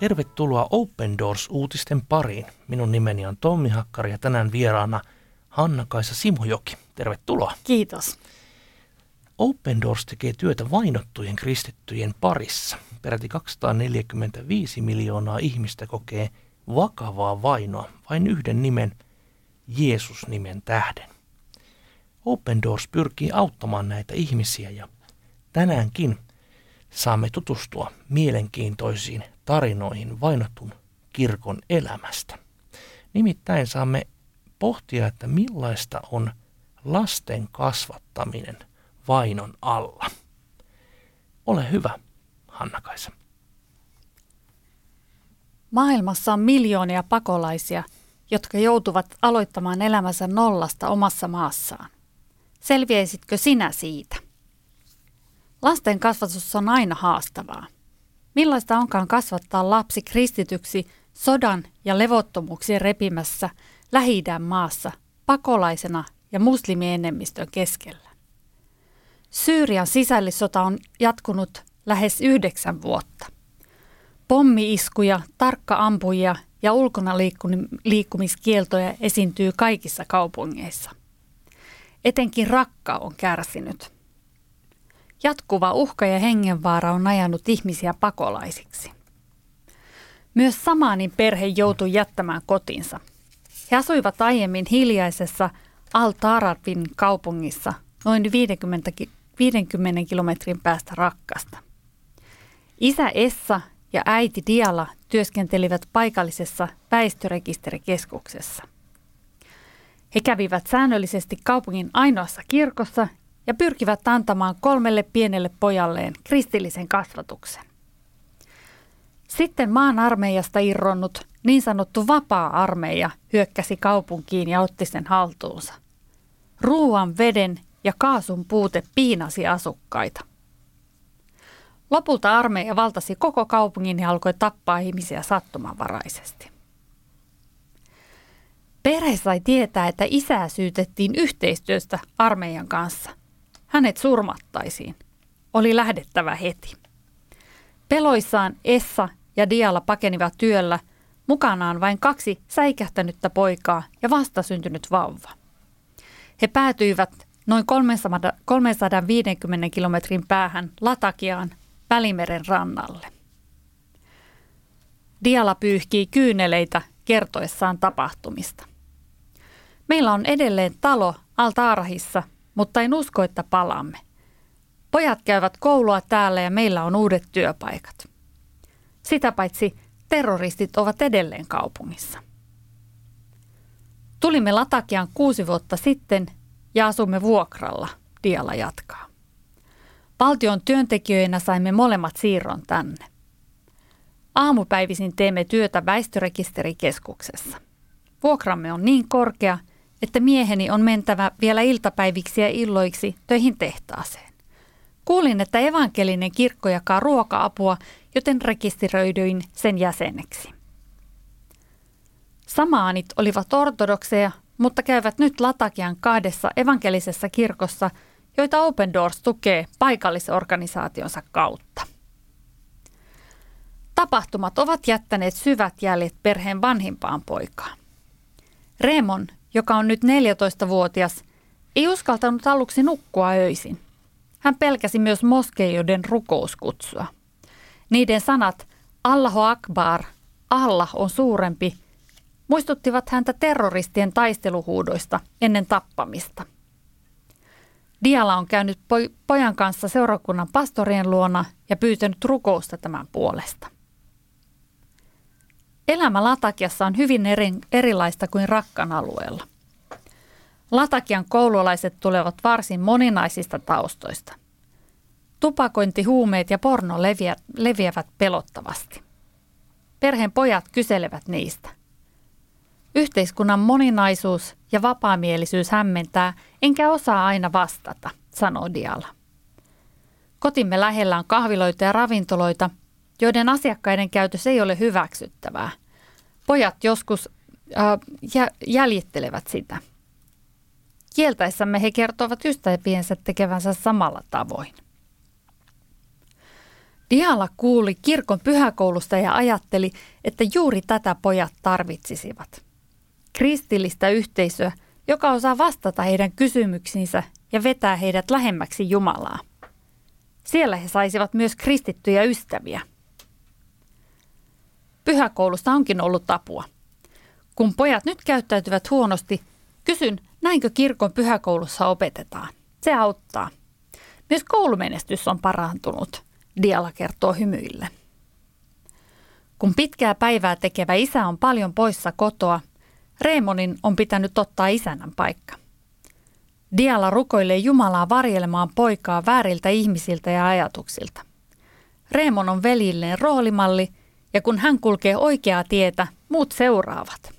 Tervetuloa Open Doors-uutisten pariin. Minun nimeni on Tommi Hakkari ja tänään vieraana Hanna-Kaisa Simojoki. Tervetuloa. Kiitos. Open Doors tekee työtä vainottujen kristittyjen parissa. Peräti 245 miljoonaa ihmistä kokee vakavaa vainoa vain yhden nimen, Jeesus-nimen tähden. Open Doors pyrkii auttamaan näitä ihmisiä ja tänäänkin saamme tutustua mielenkiintoisiin tarinoihin vainotun kirkon elämästä. Nimittäin saamme pohtia, että millaista on lasten kasvattaminen vainon alla. Ole hyvä, Hanna-Kaisa. Maailmassa on miljoonia pakolaisia, jotka joutuvat aloittamaan elämänsä nollasta omassa maassaan. Selviäisitkö sinä siitä? Lasten kasvatus on aina haastavaa. Millaista onkaan kasvattaa lapsi kristityksi sodan ja levottomuuksien repimässä Lähi-idän maassa pakolaisena ja muslimienemmistön keskellä? Syyrian sisällissota on jatkunut lähes 9 vuotta. Pommi-iskuja, tarkka-ampujia ja ulkona liikkumiskieltoja esiintyy kaikissa kaupungeissa. Etenkin Rakka on kärsinyt. Jatkuva uhka ja hengenvaara on ajanut ihmisiä pakolaisiksi. Myös Samanin perhe joutui jättämään kotinsa. He asuivat aiemmin hiljaisessa Al-Tarabin kaupungissa noin 50 kilometrin päästä Rakkasta. Isä Essa ja äiti Diala työskentelivät paikallisessa väestörekisterikeskuksessa. He kävivät säännöllisesti kaupungin ainoassa kirkossa ja pyrkivät antamaan 3 pienelle pojalleen kristillisen kasvatuksen. Sitten maan armeijasta irronnut niin sanottu vapaa-armeija hyökkäsi kaupunkiin ja otti sen haltuunsa. Ruuan, veden ja kaasun puute piinasi asukkaita. Lopulta armeija valtasi koko kaupungin ja alkoi tappaa ihmisiä sattumanvaraisesti. Perhe sai tietää, että isää syytettiin yhteistyöstä armeijan kanssa. Hänet surmattaisiin. Oli lähdettävä heti. Peloissaan Essa ja Diala pakenivat työllä, mukanaan vain 2 säikähtänyttä poikaa ja vastasyntynyt vauva. He päätyivät noin 350 kilometrin päähän Latakiaan Välimeren rannalle. Diala pyyhkii kyyneleitä kertoessaan tapahtumista. Meillä on edelleen talo Al-Tarahissa, mutta en usko, että palaamme. Pojat käyvät koulua täällä ja meillä on uudet työpaikat. Sitä paitsi terroristit ovat edelleen kaupungissa. Tulimme Latakiaan 6 vuotta sitten ja asumme vuokralla, Diala jatkaa. Valtion työntekijöinä saimme molemmat siirron tänne. Aamupäivisin teemme työtä väestörekisterikeskuksessa. Vuokramme on niin korkea, että mieheni on mentävä vielä iltapäiviksi ja illoiksi töihin tehtaaseen. Kuulin, että evankelinen kirkko jakaa ruoka-apua, joten rekisteröidyin sen jäseneksi. Samaanit olivat ortodokseja, mutta käyvät nyt Latakian 2 evankelisessa kirkossa, joita Open Doors tukee paikallisorganisaationsa kautta. Tapahtumat ovat jättäneet syvät jäljet perheen vanhimpaan poikaan. Remon, joka on nyt 14-vuotias, ei uskaltanut aluksi nukkua öisin. Hän pelkäsi myös moskeijoiden rukouskutsua. Niiden sanat Allahu Akbar, Allah on suurempi, muistuttivat häntä terroristien taisteluhuudoista ennen tappamista. Diala on käynyt pojan kanssa seurakunnan pastorien luona ja pyytänyt rukousta tämän puolesta. Elämä Latakiassa on hyvin erilaista kuin Rakkan alueella. Latakian koululaiset tulevat varsin moninaisista taustoista. Tupakointi, huumeet ja porno leviävät pelottavasti. Perheen pojat kyselevät niistä. Yhteiskunnan moninaisuus ja vapaamielisyys hämmentää, enkä osaa aina vastata, sanoo Diala. Kotimme lähellä on kahviloita ja ravintoloita, joiden asiakkaiden käytös ei ole hyväksyttävää. Pojat joskus jäljittelevät sitä. Kieltäessämme he kertovat ystäviensä tekevänsä samalla tavoin. Diala kuuli kirkon pyhäkoulusta ja ajatteli, että juuri tätä pojat tarvitsisivat. Kristillistä yhteisöä, joka osaa vastata heidän kysymyksiinsä ja vetää heidät lähemmäksi Jumalaa. Siellä he saisivat myös kristittyjä ystäviä. Pyhäkoulusta onkin ollut apua. Kun pojat nyt käyttäytyvät huonosti, kysyn, näinkö kirkon pyhäkoulussa opetetaan. Se auttaa. Myös koulumenestys on parantunut, Diala kertoo hymyille. Kun pitkää päivää tekevä isä on paljon poissa kotoa, Reemonin on pitänyt ottaa isännän paikka. Diala rukoilee Jumalaa varjelemaan poikaa vääriltä ihmisiltä ja ajatuksilta. Reemon on veljilleen roolimalli, ja kun hän kulkee oikeaa tietä, muut seuraavat.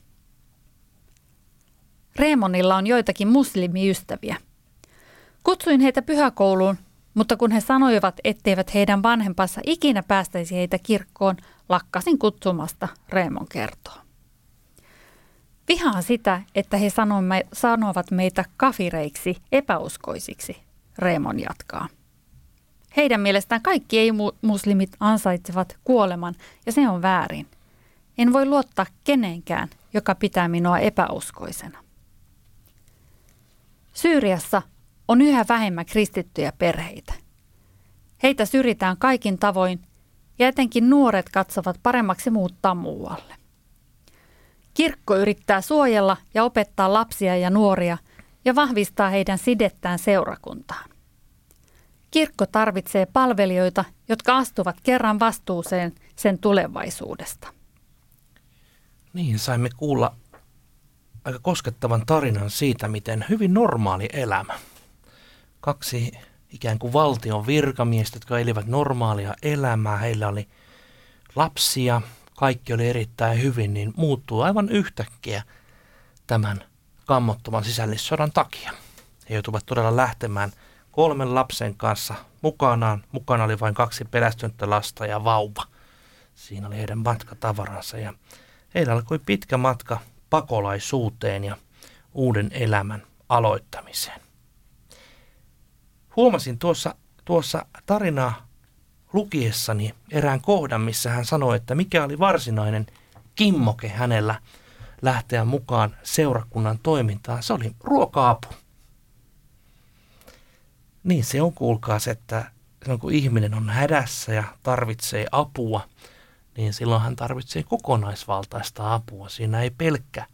Reemonilla on joitakin muslimiystäviä. Kutsuin heitä pyhäkouluun, mutta kun he sanoivat, etteivät heidän vanhempansa ikinä päästäisi heitä kirkkoon, lakkasin kutsumasta, Reemon kertoo. Vihaan sitä, että he sanovat meitä kafireiksi, epäuskoisiksi, Reemon jatkaa. Heidän mielestään kaikki ei-muslimit ansaitsevat kuoleman, ja se on väärin. En voi luottaa kenenkään, joka pitää minua epäuskoisena. Syyriassa on yhä vähemmän kristittyjä perheitä. Heitä syrjitään kaikin tavoin, ja etenkin nuoret katsovat paremmaksi muuttaa muualle. Kirkko yrittää suojella ja opettaa lapsia ja nuoria ja vahvistaa heidän sidettään seurakuntaan. Kirkko tarvitsee palvelijoita, jotka astuvat kerran vastuuseen sen tulevaisuudesta. Niin, saimme kuulla aika koskettavan tarinan siitä, miten hyvin normaali elämä. 2 ikään kuin valtion virkamiestä, jotka elivät normaalia elämää. Heillä oli lapsia, kaikki oli erittäin hyvin, niin muuttuu aivan yhtäkkiä tämän kammottavan sisällissodan takia. He joutuvat todella lähtemään 3 lapsen kanssa mukanaan. Mukana oli vain 2 pelästynyttä lasta ja vauva. Siinä oli heidän matkatavaransa ja heillä alkoi pitkä matka pakolaisuuteen ja uuden elämän aloittamiseen. Huomasin tuossa tarinaa lukiessani erään kohdan, missä hän sanoi, että mikä oli varsinainen kimmoke hänellä lähteä mukaan seurakunnan toimintaan. Se oli ruoka-apu. Niin se on, kuulkaas, että silloin kun ihminen on hädässä ja tarvitsee apua, niin silloin hän tarvitsee kokonaisvaltaista apua. Siinä ei pelkkä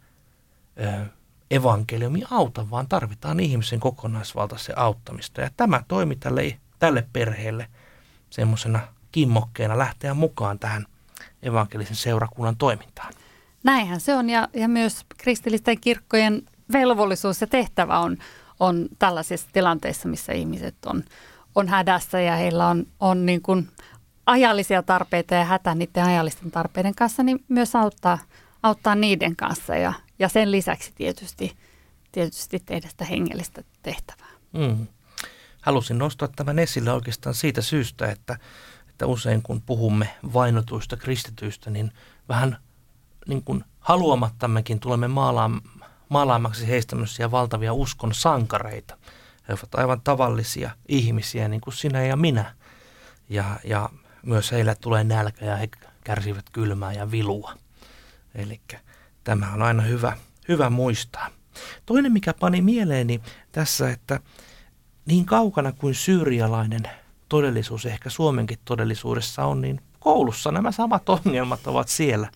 evankeliumi auta, vaan tarvitaan ihmisen kokonaisvaltaisen auttamista. Ja tämä toimi tälle perheelle semmoisena kimmokkeena lähteä mukaan tähän evankelisen seurakunnan toimintaan. Näinhän se on ja myös kristillisten kirkkojen velvollisuus ja tehtävä on tällaisissa tilanteissa, missä ihmiset on hädässä ja heillä on niin kuin ajallisia tarpeita ja hätä niiden ajallisten tarpeiden kanssa, niin myös auttaa niiden kanssa ja sen lisäksi tietysti tehdä sitä hengellistä tehtävää. Halusin nostaa tämän esille oikeastaan siitä syystä, että usein kun puhumme vainotuista kristityistä, niin vähän niin kuin haluamattammekin tulemme maalaamaksi heistä tämmöisiä valtavia uskon sankareita. He ovat aivan tavallisia ihmisiä, niin kuin sinä ja minä. Ja myös heille tulee nälkä ja he kärsivät kylmää ja vilua. Eli tämä on aina hyvä muistaa. Toinen, mikä pani mieleeni tässä, että niin kaukana kuin syyrialainen todellisuus, ehkä Suomenkin todellisuudessa on, niin koulussa nämä samat ongelmat ovat siellä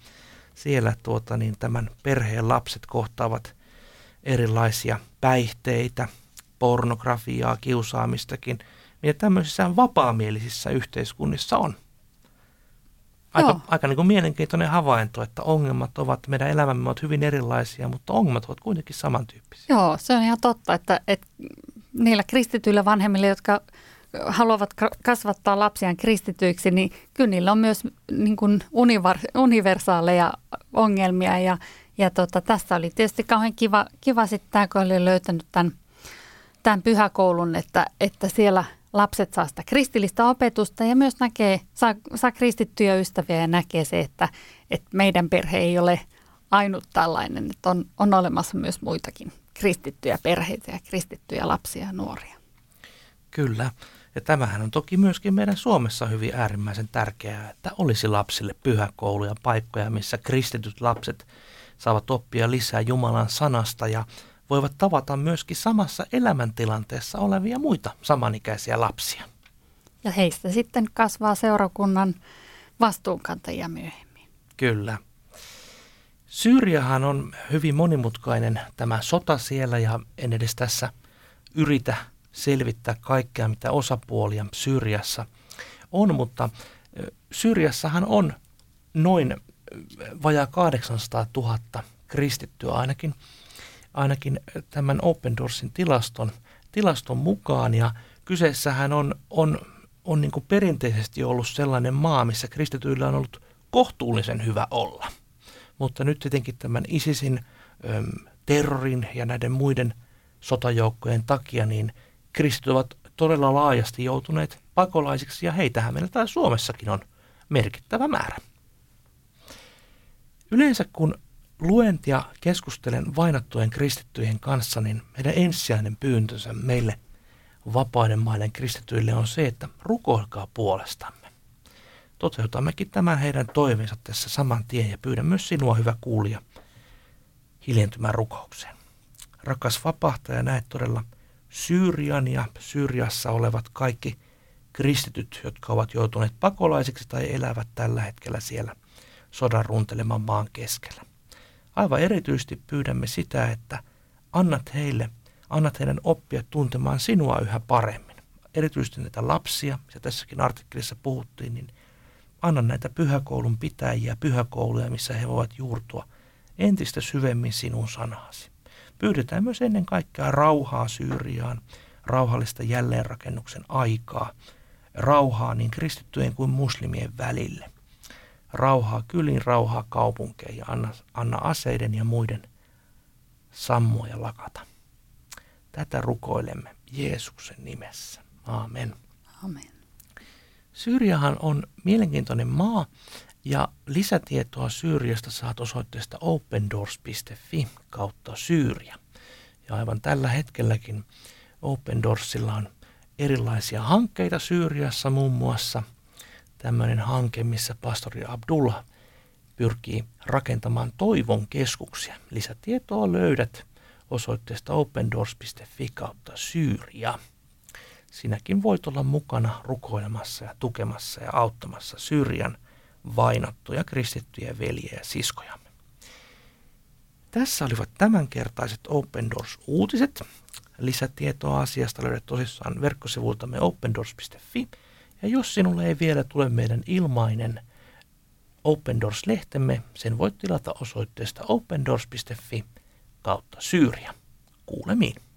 tämän perheen lapset kohtaavat erilaisia päihteitä, pornografiaa, kiusaamistakin, mitä tämmöisissä vapaamielisissä yhteiskunnissa on. Aika niin kuin mielenkiintoinen havainto, että ongelmat ovat, meidän elämämme ovat hyvin erilaisia, mutta ongelmat ovat kuitenkin samantyyppisiä. Joo, se on ihan totta, että niillä kristityillä vanhemmilla, jotka haluavat kasvattaa lapsiaan kristityiksi, niin kyllä niillä on myös niin kuin universaaleja ongelmia. Ja tässä oli tietysti kauhean kiva sitten tämä, kun oli löytänyt tämän pyhäkoulun, että siellä lapset saa sitä kristillistä opetusta ja myös saa kristittyjä ystäviä ja näkee se, että meidän perhe ei ole ainut tällainen, että on olemassa myös muitakin kristittyjä perheitä ja kristittyjä lapsia ja nuoria. Kyllä. Ja tämähän on toki myöskin meidän Suomessa hyvin äärimmäisen tärkeää, että olisi lapsille pyhäkouluja, paikkoja, missä kristityt lapset saavat oppia lisää Jumalan sanasta ja voivat tavata myöskin samassa elämäntilanteessa olevia muita samanikäisiä lapsia. Ja heistä sitten kasvaa seurakunnan vastuunkantajia myöhemmin. Kyllä. Syyriahan on hyvin monimutkainen tämä sota siellä ja en edes tässä yritä selvittää kaikkea, mitä osapuolia Syyriassa on, mutta Syyriassahan on noin vajaa 800 000 kristittyä ainakin tämän Open Doorsin tilaston mukaan ja kyseessähän on niin kuin perinteisesti ollut sellainen maa, missä kristityillä on ollut kohtuullisen hyvä olla. Mutta nyt tietenkin tämän ISISin terrorin ja näiden muiden sotajoukkojen takia, niin kristityt ovat todella laajasti joutuneet pakolaisiksi ja heitähän meillä täällä Suomessakin on merkittävä määrä. Yleensä kun luen ja keskustelen vainottujen kristittyjen kanssa, niin meidän ensisijainen pyyntönsä meille vapaiden maiden kristityille on se, että rukoilkaa puolestamme. Toteutammekin tämän heidän toiveensa tässä saman tien ja pyydän myös sinua, hyvä kuulija, hiljentymään rukoukseen. Rakas vapahtaja, näet todella Syyrian ja Syyriassa olevat kaikki kristityt, jotka ovat joutuneet pakolaisiksi tai elävät tällä hetkellä siellä sodan runteleman maan keskellä. Aivan erityisesti pyydämme sitä, että annat heidän oppia tuntemaan sinua yhä paremmin. Erityisesti näitä lapsia, ja tässäkin artikkelissa puhuttiin, niin anna näitä pyhäkoulun pitäjiä, pyhäkouluja, missä he voivat juurtua entistä syvemmin sinun sanasi. Pyydetään myös ennen kaikkea rauhaa Syyriaan, rauhallista jälleenrakennuksen aikaa, rauhaa niin kristittyjen kuin muslimien välille. Rauhaa kyliin, rauhaa kaupunkeihin ja anna aseiden ja muiden sammua ja lakata. Tätä rukoilemme Jeesuksen nimessä. Aamen. Amen. Syyriahan on mielenkiintoinen maa ja lisätietoa Syyriasta saat osoitteesta opendoors.fi/Syyria. Ja aivan tällä hetkelläkin Open Doorsilla on erilaisia hankkeita Syyriassa, muun muassa tämmöinen hanke, missä pastori Abdullah pyrkii rakentamaan toivon keskuksia. Lisätietoa löydät osoitteesta opendoors.fi/Syyria. Sinäkin voit olla mukana rukoilemassa ja tukemassa ja auttamassa Syyrian vainottuja kristittyjä veljiä ja siskojamme. Tässä olivat tämänkertaiset Open Doors-uutiset. Lisätietoa asiasta löydät tosissaan verkkosivultamme opendoors.fi. Ja jos sinulle ei vielä tule meidän ilmainen Open Doors-lehtemme, sen voit tilata osoitteesta opendoors.fi/Syyria. Kuulemiin.